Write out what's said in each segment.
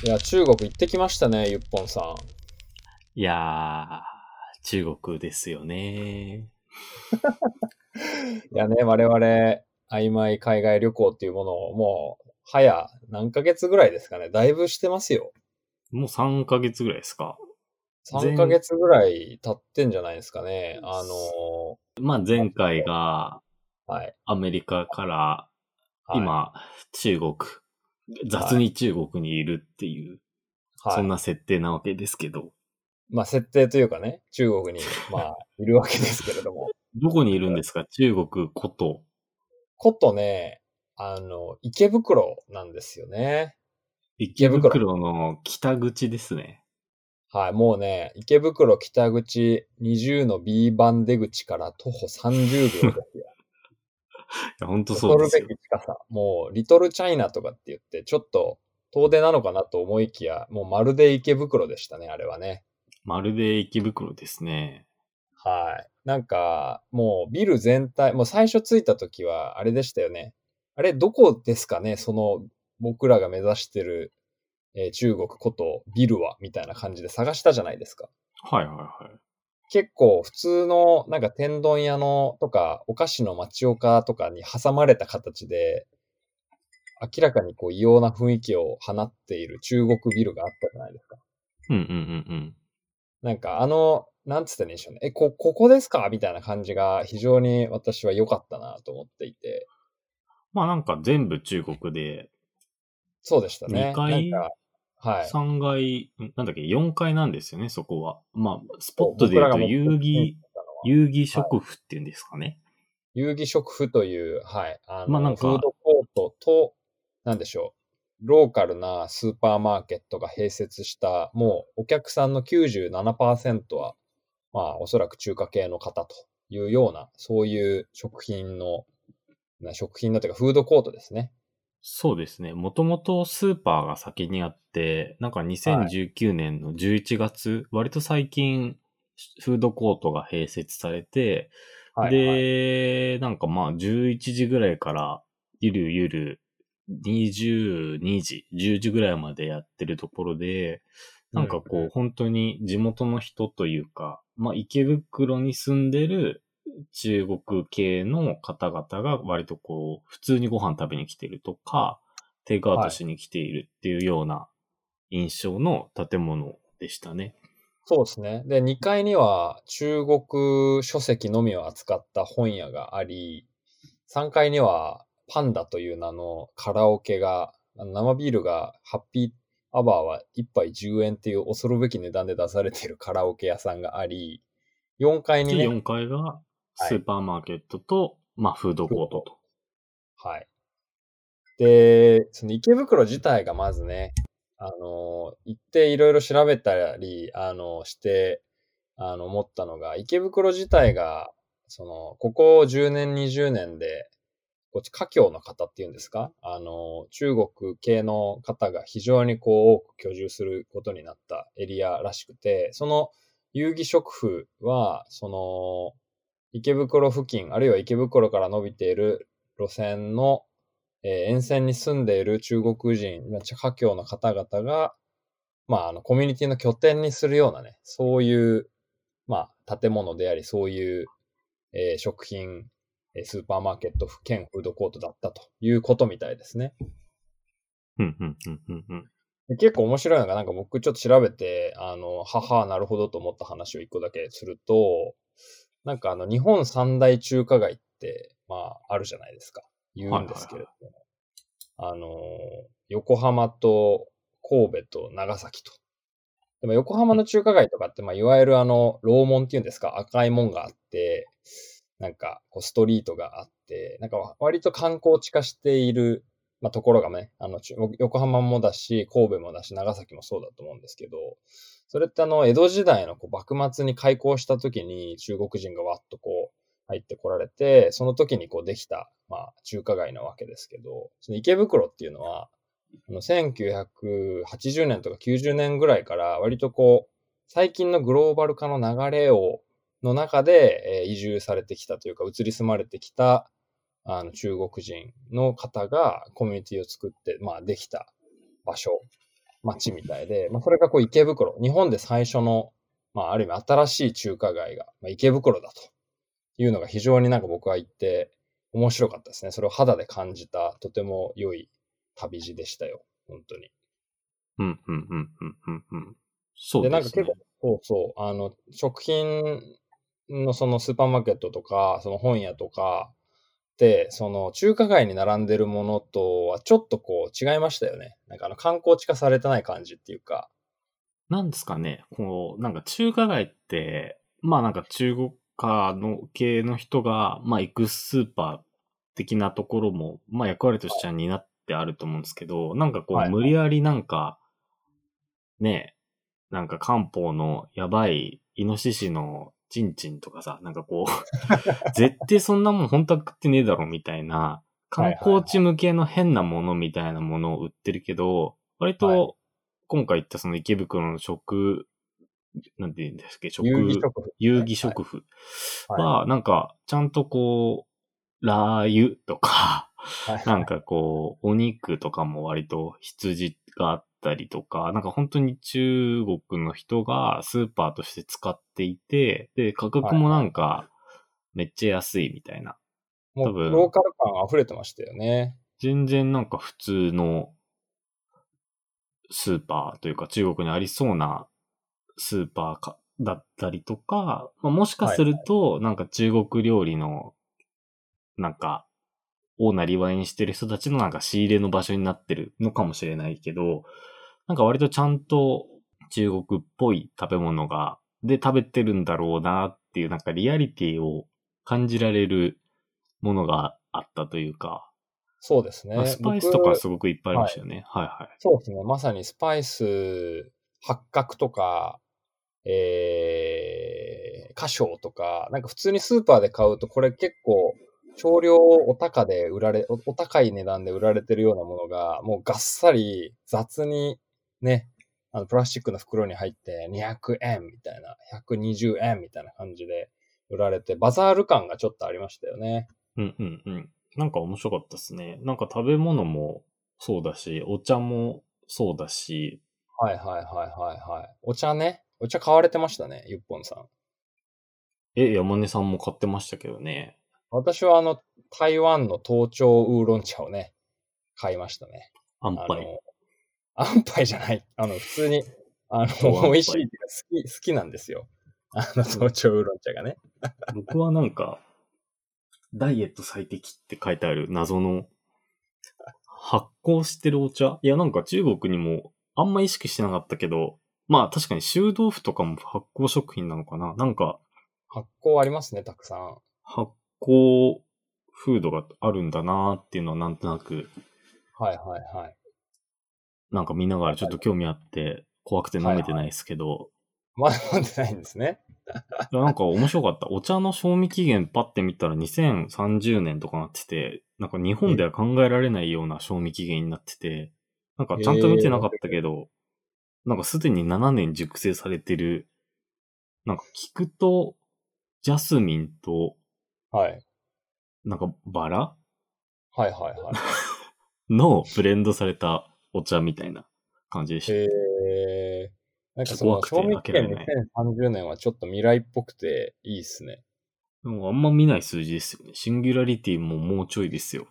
いや、中国行ってきましたね、ゆっぽんさん。 いやー、中国ですよね。 いやね、我々、曖昧海外旅行っていうものをもう、早何ヶ月ぐらいですかね。だいぶしてますよ。 もう3ヶ月ぐらいですか。 3ヶ月ぐらい経ってんじゃないですかね。 前回がはい、 アメリカからはい、 今、中国、雑はい、 に中国にいるっていう、そはい。 んな設定なわけですけど、 まあ、設定というかね、中国に、いるわけですけれども。 どこにいるんですか、中国こと。 ことね、池袋なんですよね。池池袋。 袋の北口ですね。 はい、もうね、池袋北口20の B 番出口から徒歩30秒ですよ。 いや、ほんとそう恐るべですよ。 き近さ。もう、リトルチャイナとかって言って、ちょっと遠出なのかなと思いきや、もうまるで池袋でしたね、あれはね。 まるで池袋ですね。 はい。なんか、もうビル全体、もう最初着いた時は、あれでしたよね。あれ、どこですかね、その、僕らが目指してる、中国ことビルは、みたいな感じで探したじゃないですか。 はいはいはい。 結構普通のなんか天丼屋のとかお菓子の町岡とかに挟まれた形で明らかにこう異様な雰囲気を放っている中国ビルがあったじゃないですか。 うんうんうんうん。 なんかなんつったらいいんでしょうね。ここですかみたいな感じが非常に私は良かったなと思っていて。 まあなんか全部中国で、 そうでしたね。 2階なんか、はい。 ?3 階、なんだっけ ?4 階なんですよね、そこは。まあ、スポッそう僕らがトで言うと目的地に行ったのは、 遊戯はい。 食府っていうんですかね。 遊戯食府という、はい。 まあなんか、 フードコートと、なんでしょう。ローカルなスーパーマーケットが併設した、もうお客さんの97%は、おそらく中華系の方というような、そういう食品のというかフードコートですね。 そうですね。もともとスーパーが先にあって、なんかはい。 2019年の11月、割と最近、フードコートが併設されて、 はい、はい。 で、なんかまあ11時ぐらいからゆるゆる22時、10時ぐらいまでやってるところで、 うん、 なんかこううん。 本当に地元の人というか、まあ池袋に住んでる中国系の方々が割とこう普通にご飯食べに来てるとか、テイクアウトはい。 しに来ているっていうような印象の建物でしたね。 そうですね。で、2階には中国書籍のみを扱った本屋があり、3階にはパンダという名のカラオケが、生ビールがハッピーアワーは1杯10円っていう恐るべき値段で出されているカラオケ屋さんがあり、4階にで、 ね、 4階がはい、 スーパーマーケットと、まあフードフード。 コートと。 はい。で、その池袋自体がまずね、行っていろいろ調べたり、して、思ったのが、池袋自体が、ここ10年、20年で、こっち華僑の方っていうんですか中国系の方が非常にこう多く居住することになったエリアらしくて、その遊戯食府は、池袋付近、あるいは池袋から伸びている路線の、沿線に住んでいる中国人、華僑の方々が、コミュニティの拠点にするようなね、そういう、建物であり、そういう食品、スーパーマーケット兼フードコートだったということみたいですね。 うん、うん、うん、うん、うん。 で結構面白いのが、なんか僕ちょっと調べて、なるほどと思った話を一個だけすると、なんか日本三大中華街って、あるじゃないですか。言うはい、 んですはい、はけれども、あの、横浜と神戸と長崎と。でも横浜い。 の中華街とかって、いわゆる楼門っていうんですか、赤い門があって、なんか、こう、ストリートがあって、なんか、割と観光地化している、ところがね、横浜もだし、神戸もだし、長崎もそうだと思うんですけど、それって江戸時代のこう幕末に開港した時に中国人がわっとこう、入ってこられて、その時にこうできた、中華街なわけですけど、その池袋っていうのは、1980年とか90年ぐらいから割とこう、最近のグローバル化の流れの中で、移住されてきたというか、移り住まれてきた、中国人の方がコミュニティを作って、できた場所。 街みたいで、まあ、それがこう池袋、日本で最初の、まあ、ある意味新しい中華街が、まあ、池袋だというのが非常になんか僕は言って面白かったですね。それを肌で感じた、とても良い旅路でしたよ。本当に。 うん、うん、うん、うん、うん、うん。そで、 うですね。 なんか結構、そうそう、食品のそのスーパーマーケットとか、その本屋とかで、その中華街に並んでるものとはちょっとこう違いましたよね。なんか観光地化されてない感じっていうか。 なんですかね、こう、なんか中華街って、まあなんか中国家の系の人が、まあ行くスーパー的なところも、まあ役割としては担ってあると思うんですけど、なんかこうはい。 無理やりなんか、ね、なんか漢方のやばいイノシシのチンチンとかさ、なんかこう、絶対そんなもん本当は食ってねえだろみたいな、観はいはい光地向けの変なものみたいなものを売ってるけど、割はい。はい。 と今回言ったその池袋のなんて言うんですっけ、 遊戯食品遊ね。はい。 戯食譜はい。 は、なんか、ちゃんとこう、ラー油とか、 はい。 なんはい。 かこう、お肉とかも割と羊があったりとか、なんか本当に中国の人がスーパーとして使っていて、で、価格もなはい。 んか、めっちゃ安いみたいな。多もう、ロー分、 カル感溢れてましたよね。 全然なんか普通のスーパーというか中国にありそうなスーパーかだったりとか、まあ、もしかはい。 すると、なんか中国料理の、なんか、をなりわいにしてる人たちのなんか仕入れの場所になってるのかもしれないけど、なんか割とちゃんと中国っぽい食べ物で食べてるんだろうなっていうなんかリアリティを感じられるものがあったというか、 そうですね。 スパイ僕、 スとかすごくいっぱいありまはい。 したよね。はいはい。 そうですね。まさにスパイス、八角とか、花椒とか、なんか普通にスーパーで買うと、これ結構、少量お高で売られ、お高い値段で売られてるようなものが、もうがっさり雑にね、プラスチックの袋に入って200円みたいな、120円みたいな感じで売られて、バザール感がちょっとありましたよね。 うんうんうん。なんか面白かったですね。なんか食べ物もそうだし、お茶もそうだし、 はいはいはいはいはい。お茶ね。お茶買われてましたね、ゆっぽんさん。 山根さんも買ってましたけどね。 私は台湾の東京ウーロン茶をね、買いましたね。 安牌。 あの、安牌じゃない。普通に、 大安美味しい牌。 っていうか好きなんですよ。東京ウーロン茶がね。 僕はなんか、ダイエット最適って書いてある謎の発酵してるお茶。いや、なんか中国にもあんま意識してなかったけど、まあ確かに臭豆腐とかも発酵食品なのかな。なんか発酵ありますね、たくさん。 発酵フードがあるんだなーっていうのはなんとなく、 はいはいはい。 なんか見ながらちょっと興味あって怖くて飲はいはい。 めてないですけど、 まだ飲んでないんですね。 いやなんか面白かった。お茶の賞味期限パッて見たら2030年とかなってて、なんか日本では考えられないような賞味期限になってて、なんかちゃんと見てなかったけど、なんかすでに7年熟成されてる、なんか菊とジャスミンと、 はい。 なんかバラはいはいはのブレンドされたお茶みたいな感じでい。 したね。 なんちょっとかその賞怖くて開味期限けられない。 2030年はちょっと未来っぽくていいっすね。 でもあんま見ない数字ですよね。シンギュラリティももうちょいですよ。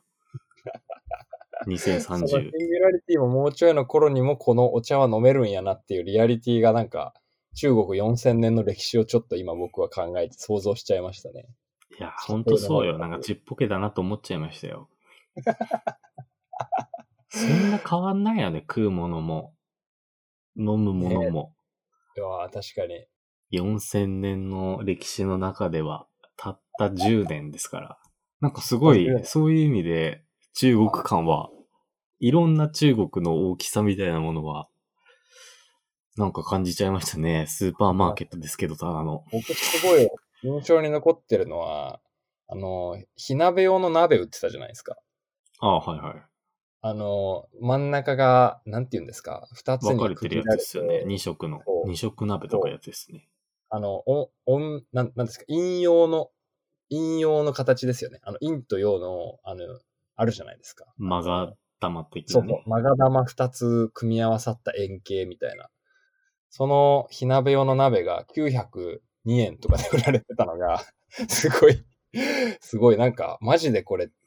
そのシ 2030。 ンギュラリティももうちょいの頃にもこのお茶は飲めるんやなっていうリアリティがなんか中国4000年の歴史をちょっと今僕は考えて想像しちゃいましたね。 いや、ほんと家庭のそうよ。なんか中で。 ちっぽけだなと思っちゃいましたよ。そんな変わんないよね。食うものも、飲むもね。 のも。 いやー、確かに。 4000年の歴史の中では、たった10年ですから。なんかすごい、 たった10年。 そういう意味で、中国はい。 感は、いろんな中国の大きさみたいなものは、なんか感じちゃいましたね。スーパーマーケットですけど、ただの。 僕すごい印象に残ってるのは、火鍋用の鍋売ってたじゃないですか。 ああ、はいはい。 真ん中が、なんて言うんですか、二つ分かにれてるやつ区切られて、 ですよね。 そう、 二色鍋とかやそう、 つですね。 なんですか、陰陽の形ですよね。陰と陽の、あるじゃないですか。 間が玉的なね。 そうそう、長玉2つ組み合わさった円形みたいな。その火鍋用の鍋が902円とかで売られてたのが、すごいなんか、マジでこれ、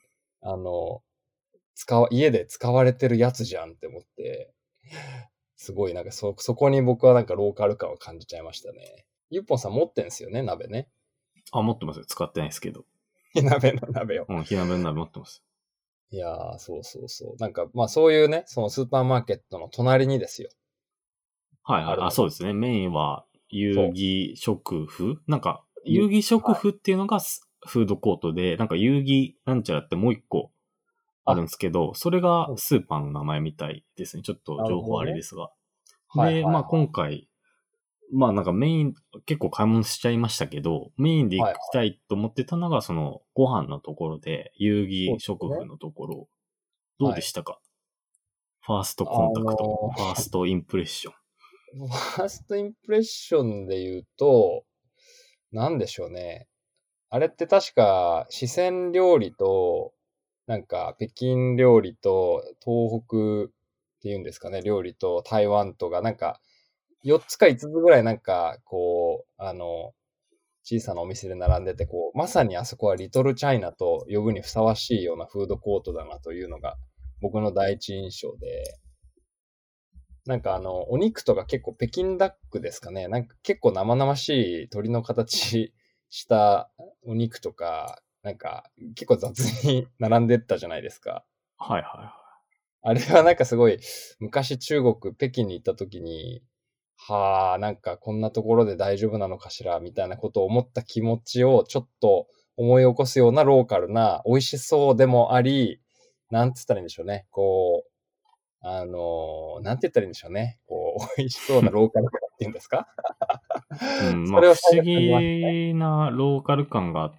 家で使われてるやつじゃんって思って、すごいなんかそこに僕はなんかローカル感を感じちゃいましたね。ゆっぽんさん持ってんすよね、鍋ね。 持ってますよ。使ってないですけど。 火鍋の鍋を。 火鍋の鍋持ってます。 いやー、そうそうそう。なんか、まあそういうね、そのスーパーマーケットの隣にですよ。 はいはい。そうですね。メインは遊戯食府なんか、遊戯食府っていうのがフードコートで、なんか遊戯なんちゃらってもう一個あるんですけど、それがスーパーの名前みたいですね。ちょっと情報あれですが。で、まあ今回、まあなんかメイン、結構買い物しちゃいましたけど、メインで行きたいと思ってたのが、そのご飯のところで、遊戯食府のところ、どうでしたか？ファーストコンタクト、ファーストインプレッション。 ファーストインプレッションで言うと、なんでしょうね。あれって確か、四川料理と、なんか、北京料理と、東北っていうんですかね、料理と台湾とが、なんか、4つか5つぐらいなんか、こう、小さなお店で並んでて、こう、まさにあそこはリトルチャイナと呼ぶにふさわしいようなフードコートだなというのが、僕の第一印象で、なんかお肉とか結構北京ダックですかね。なんか結構生々しい鳥の形したお肉とか、なんか結構雑に並んでったじゃないですか。 はいはいはい。 あれはなんかすごい、昔中国、北京に行った時に、はあ、なんかこんなところで大丈夫なのかしら、みたいなことを思った気持ちをちょっと思い起こすようなローカルな、美味しそうでもあり、なんつったらいいんでしょうね。こう、なんて言ったらいいんでしょうね。こう、美味しそうなローカル感っていうんですか？ まあ不思感じましたね。 議なローカル感があって、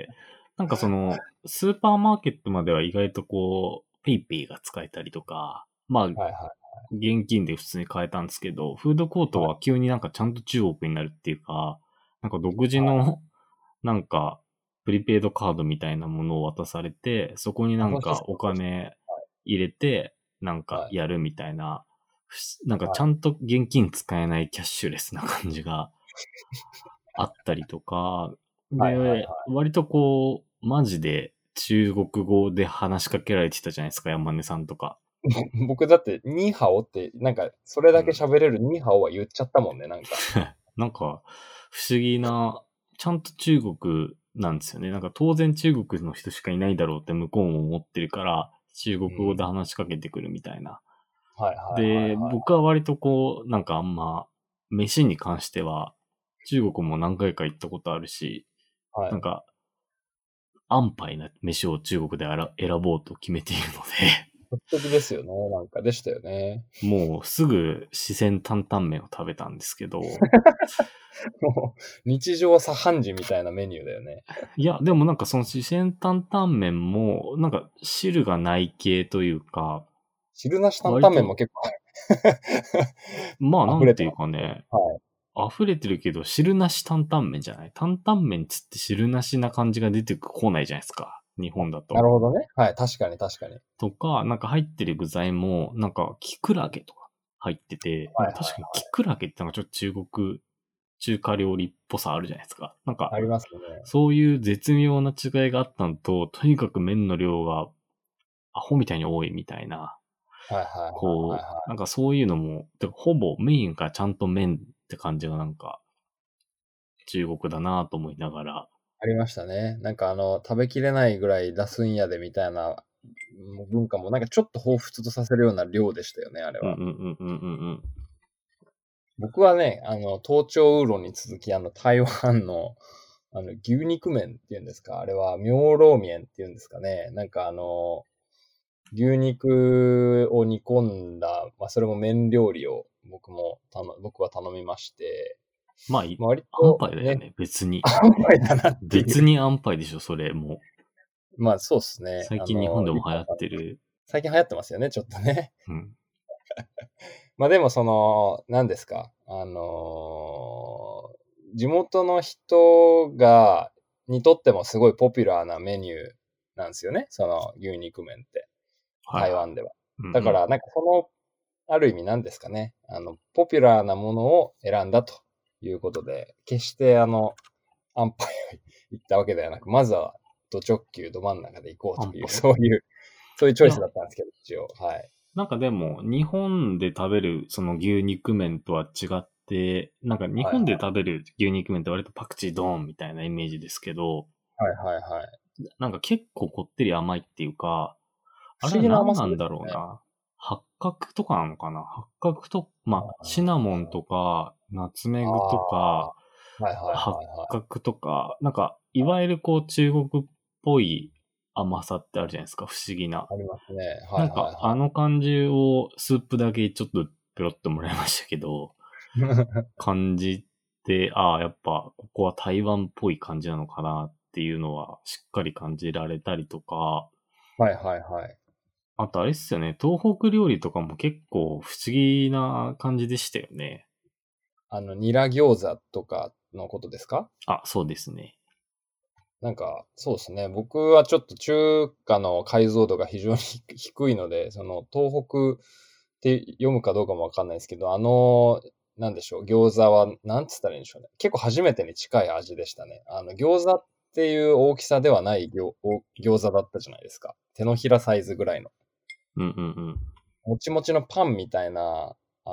なんかその、スーパーマーケットまでは意外とこう、ペイペイが使えたりとか、まあ、 はいは現金で普通に買えたんですけど、フードコートは急になんかちゃんと中国になるっていうか、なんか独自の、なんか、プリペイドカードみたいなものを渡されて、そこになんかお金入れて、なんかやるみたいな、なんかちゃんと現金使えないキャッシュレスな感じがあったりとか、で、割とこう、マジで中国語で話しかけられてたじゃないですか、山根さんとか。 僕だって、ニーハオって、なんか、それだけ喋れるニーハオは言っちゃったもんね、なんか。 なんか、不思議な、ちゃんと中国なんですよね。なんか当然中国の人しかいないだろうって向こうも思ってるから、中国語で話しかけてくるみたいな。で、僕は割とこう、なんかあんま、飯に関しては、中国も何回か行ったことあるし、なんか、安牌な飯を中国で選ぼうと決めているので独特ですよね、なんかでしたよね。 もうすぐ四川担々麺を食べたんですけど、 もう、日常茶飯事みたいなメニューだよね。 いや、でもなんかその四川担々麺も、なんか汁がない系というか、 汁なし担々麺も結構まあなんていう溢れてます。 かね、 はい。 溢れてるけど汁なし担々麺じゃない。担々麺つって汁なしな感じが出てこないじゃないですか。日本だと。 なるほどね。はい、確かに確かに。 とか、なんか入ってる具材も、なんかキクラゲとか入ってて、なんか確かにキクラゲってなんかちょっと中華料理っぽさあるじゃないですか。なんか、 ありますね。 そういう絶妙な違いがあったのと、とにかく麺の量がアホみたいに多いみたいな、こう、なんかそういうのも、ほぼメインがちゃんと麺って感じがなんか、中国だなと思いながら。 ありましたね。なんか食べきれないぐらい出すんやでみたいな文化もなんかちょっと彷彿とさせるような量でしたよね、あれは。僕はね、東京ウーロンに続き、台湾の、牛肉麺っていうんですか、あれは、妙老麺っていうんですかね。なんか牛肉を煮込んだ、まあ、それも麺料理を僕は頼みまして、 まあ、 割安とね、 牌だよね、別に。 安牌だなっていう。 別に安牌でしょ、それ、もまあ、そうですう。 ね。 最近日本でも流行ってる。 最近流行ってますよね、ちょっとね。 うん。 まあでも何ですか。地元の人にとってもすごいポピュラーなメニューなんですよね。その牛肉麺って。台湾では。 だから、なんかある意味何ですかね。ポピュラーなものを選んだということで、決して安牌を行ったわけではなく、まずは、ド直球ど真ん中で行こうという、そういうチョイスだったんですけど、一応。はい。 なんかでも、日本で食べるその牛肉麺とは違って、なんか日本で食べる牛肉麺って割とパクチードーンみたいなイメージですけど、 はいはいはい。 なんか結構こってり甘いっていうか、あれは不思議な甘何なんださですね。 ろうな。八角とかなのかな。八角と、まあ、シナモンとか、ナツメあグとあ、 か、 はいはい八はいはい。 角とか、なんか、いわゆるこう中国っぽい甘さってあるじゃないですか。不思議な。 ありますね。はいなんか、あはいはの感じをスープだけちょっとペロってもらいましたけど、 い。 感じて、ああ、やっぱここは台湾っぽい感じなのかなっていうのはしっかり感じられたりとか、 はいはいはい。 あとあれっすよね、東北料理とかも結構不思議な感じでしたよね。 ニラ餃子とかのことですか？ あ、そうですね。 なんか、そうですね。僕はちょっと中華の解像度が非常に低いので、東北って読むかどうかもわかんないですけど、なんでしょう、餃子は、なんつったらいいんでしょうね。結構初めてに近い味でしたね。餃子っていう大きさではない餃子だったじゃないですか。手のひらサイズぐらいの。 うんうんうん。 もちもちのパンみたいな、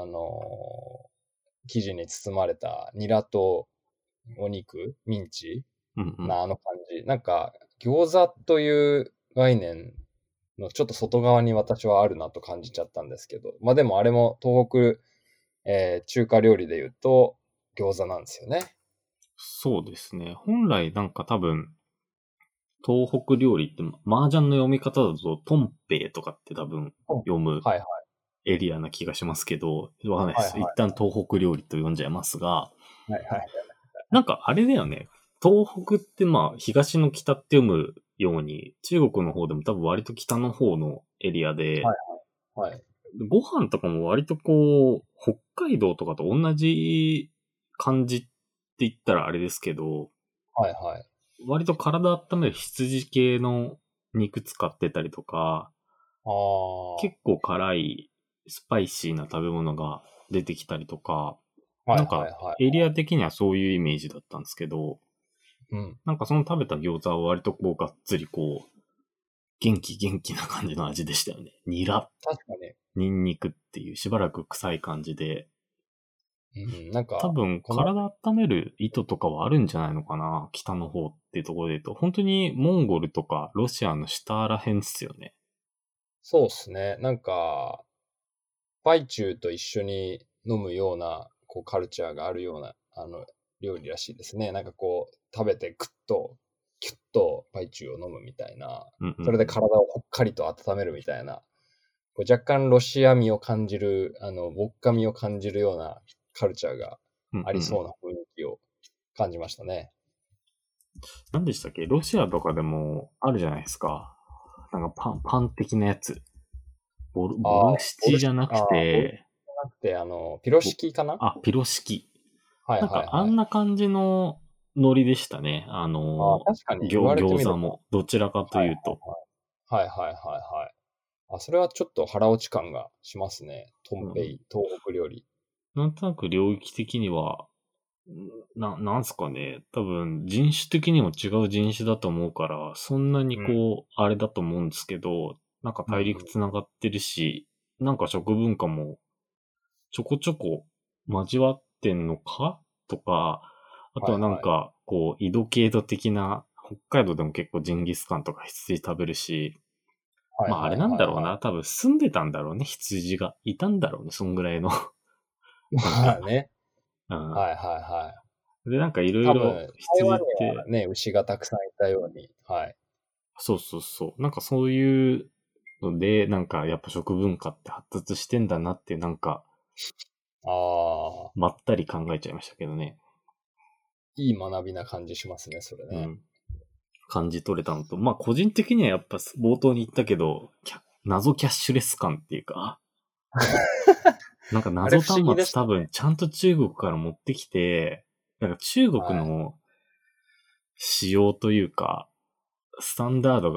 生地に包まれたニラとお肉、ミンチうんうん。 な感じ。なんか、餃子という概念のちょっと外側に私はあるなと感じちゃったんですけど。まあでもあれも東北、中華料理で言うと餃子なんですよね。 そうですね。本来なんか多分、東北料理って麻雀の読み方だとトンペイとかって多分読むはいはい。 エリアな気がしますけど、わかんないです。一はいは旦東北料理と読んじゃいますが、 い。はいはい。 なんかあれだよね。東北ってまあ東の北って読むように、中国の方でも多分割と北の方のエリアで、 はいはい。はい。 ご飯とかも割とこう、北海道とかと同じ感じって言ったらあれですけど、 はいはい。 割と体温める羊系の肉使ってたりとか、 ああ。は結構辛いスパイシーな食べ物が出てきたりとか、 いはいなんかはエリア的にはそういうイメージだったんですけど、 い。うん。 なんかその食べた餃子は割とこうがっつりこう、元気な感じの味でしたよね。ニラ、 確かに。 ニンニクっていうしばらく臭い感じで、 うん。なんか、 多分体温める意図とかはあるんじゃないのかな、北の方っていうところで言うと。本当にモンゴルとかロシアの下ら辺ですよね。 そうですね。なんか、パイチューと一緒に飲むような、カルチャーがあるような、料理らしいですね。なんか食べてクッと、キュッとパイチューを飲むみたいな、 うんうんうん。 それで体をほっかりと温めるみたいな、若干ロシア味を感じる、ウォッカ味を感じるようなカルチャーがうんうん。 ありそうな雰囲気を感じましたね。 何でしたっけ、ロシアとかでもあるじゃないですか。なんかパン的なやつ。ボルシチじゃなくボルシチて、 じゃなくて、ピロボシキかな？ ピロシキ。 はいなんかあはいはい。 んな感じのノリでしたね。 確かに言われてみれば。 餃子も。どちらかとはいいうと。 はいはいはいはい。それはちょっと腹落ち感がしますね。トうん、 ンペイ、東北料理。 なんとなく領域的には、なんすかね。多分人種的にも違う人種だと思うから、そんなにうん。 こう、あれだと思うんですけど、なんかうんうん。 大陸つながってるし、なんか食文化もちょこちょこ交わってんのかとか、あとはなんはいはい。 か、こう、緯度経度的な、北海道でも結構ジンギスカンとか羊食べるし、まああれはいはいなんだろうな、 はいはい。 多分住んでたんだろうね、羊が。いたんだろうね、そんぐらいの。なんか、 まあね。 うん。 はいはいはい。 で、なんかいろい多分、 ろ台湾に羊って、 はね、牛がたくさんいたように。はい。 そうそうそう。なんかそういうので、なんかやっぱ食文化って発達してんだなって、なんか、 ああ、 まったり考えちゃいましたけどね。 いい学びな感じしますね、それね。 うん。感じ取れたのと、まあ個人的にはやっぱ冒頭に言ったけど、謎キャッシュレス感っていうか、なんかあれ謎不思議で端末多したね。 分ちゃんと中国から持ってきて、なんか中国はい。 の仕様というか、スタンダードが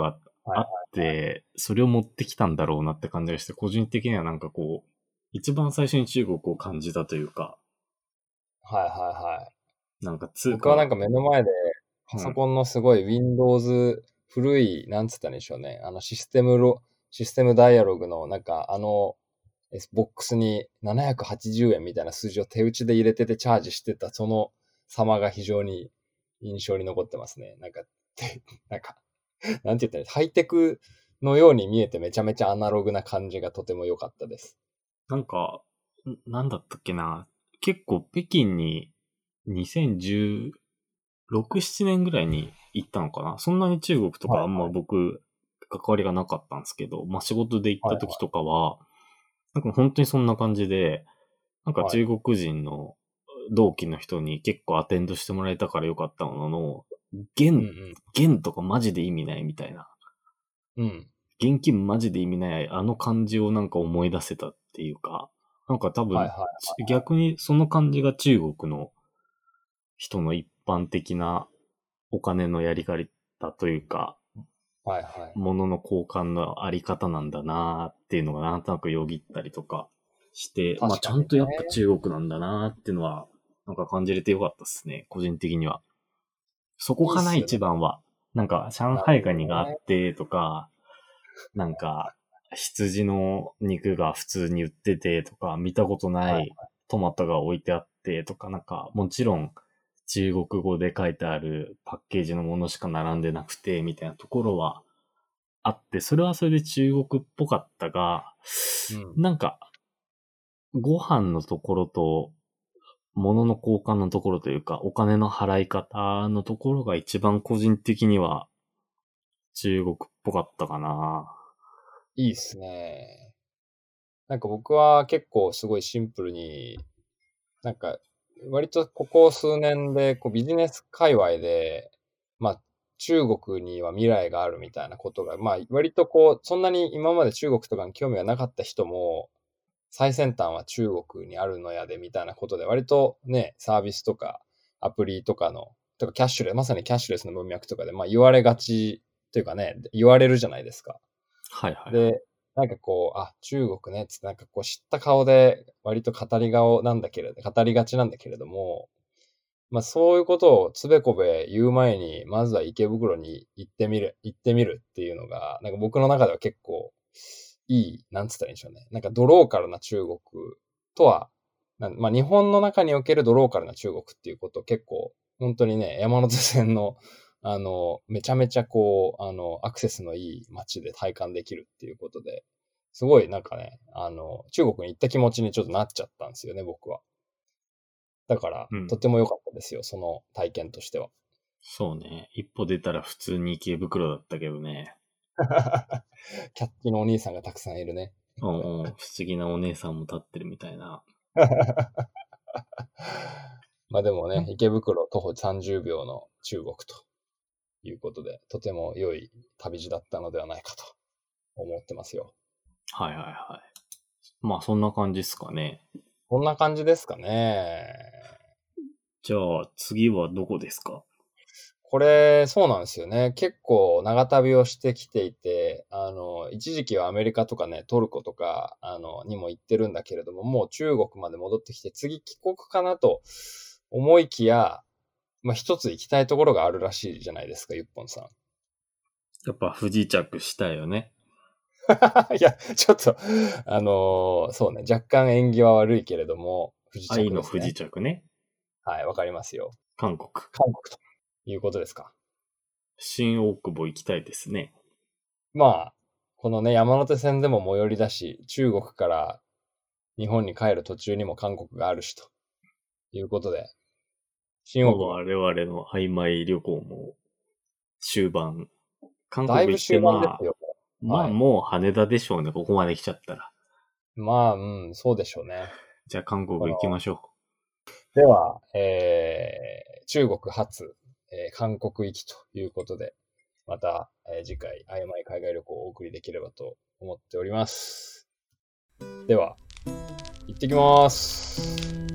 はいあって、それを持ってきたんだろうなって感じがして、個人的にはなんかこう、一番最初に中国を感じたというか、 はいはいはい。 なんか通貨、 僕はなんか目の前でパうん。 ソコンのすごい Windows 古い、なんつったんでしょうね。システムダイアログのなんかボックスに780円みたいな数字を手打ちで入れててチャージしてたその様が非常に印象に残ってますね。なんか、なんか、なんて言ったらいいハイテクのように見えてめちゃめちゃアナログな感じがとても良かったです。 なんか、なんだったっけな。結構北京に2016、7年ぐらいに行ったのかな。そんなに中国とかあんまはいはい。 僕、関わりがなかったんですけど、まあ仕事で行っはいはた時とかは、なんか本当にそんな感じで、なんかい。はい。 中国人の同期の人に結構アテンドしてもらえたからよかったものの、元、 うんうん。 元とかマジで意味ないみたいな。 うん。 現金マジで意味ないあの感じをなんか思い出せたっていうか、なんか多分、 はいはい。 逆にその感じが中国の人の一般的なお金のやり方というか、 はいはい。 物の交換のあり方なんだなーっていうのがなんとなくよぎったりとかして、まあ確かにね。 ちゃんとやっぱ中国なんだなーっていうのは、なんか感じれてよかったですね、個人的には。そこかな、 いいっすよね。 一番は。なんか、上なる海ガニがあっほどね。 てとか、なんか、羊の肉が普通に売っててとか、見たことなはい。 いトマトが置いてあってとか、なんか、もちろん中国語で書いてあるパッケージのものしか並んでなくて、みたいなところはあって、それはそれで中国っぽかったが、 うん。 なんか、ご飯のところと、物の交換のところというか、お金の払い方のところが一番個人的には中国っぽかったかな。 いいっすね。なんか僕は結構すごいシンプルに、なんか割とここ数年でこうビジネス界隈で、まあ中国には未来があるみたいなことが、まあ割とこう、そんなに今まで中国とかに興味がなかった人も、最先端は中国にあるのやでみたいなことで、割とね、サービスとかアプリとかの、とかキャッシュレス、まさにキャッシュレスの文脈とかで、まあ言われがちというかね、言われるじゃないですか。 はいはいはい。 で、なんかこう、あ、中国ね、つってなんかこう知った顔で割と語り顔なんだけれど、語りがちなんだけれども、まあそういうことをつべこべ言う前に、まずは池袋に行ってみるっていうのが、なんか僕の中では結構いい、なんつったらいいんでしょうね。なんかドローカルな中国とは、まあ日本の中におけるドローカルな中国っていうことを結構、本当にね、山手線のめちゃめちゃこう、アクセスのいい街で体感できるっていうことで、すごいなんかね、中国に行った気持ちにちょっとなっちゃったんですよね、僕は。だから、 うん。 とても良かったですよ、その体験としては。 そうね。一歩出たら普通に池袋だったけどね。 キャッチのお兄さんがたくさんいるね。 うんうん。不思議なお姉さんも立ってるみたいな。 まあでもね、 ん池袋徒歩30秒の中国ということで、とても良い旅路だったのではないかと思ってますよ。 はいはいはい。まあそんな感じっすかね。 こんな感じですかね。 じゃあ次はどこですか？ これ、そうなんですよね。結構長旅をしてきていて、一時期はアメリカとかね、トルコとか、にも行ってるんだけれども、もう中国まで戻ってきて、次帰国かなと思いきや、まあ、一つ行きたいところがあるらしいじゃないですか、ゆっぽんさん。 やっぱ不時着したよね。 いや、ちょっと、そうね、若干縁起は悪いけれども、不時愛の不時着ですね。 着ね。 はい、わかりますよ。 韓国。 韓国ということですか。 新大久保行きたいですね。 まあ、このね、山手線でも最寄りだし、中国から日本に帰る途中にも韓国があるし、ということで、新大久保。 もう我々の曖昧旅行も終盤。韓だい国行ってぶ終盤ですよ。 まあはい。 もう羽田でしょうね。ここまで来ちゃったら。 まあ、うん、そうでしょうね。 じゃあ韓国この、 行きましょでは、中国発、韓国行きということで、また、次回、曖昧海外旅行をお送りできればと思っております。では、行ってきます。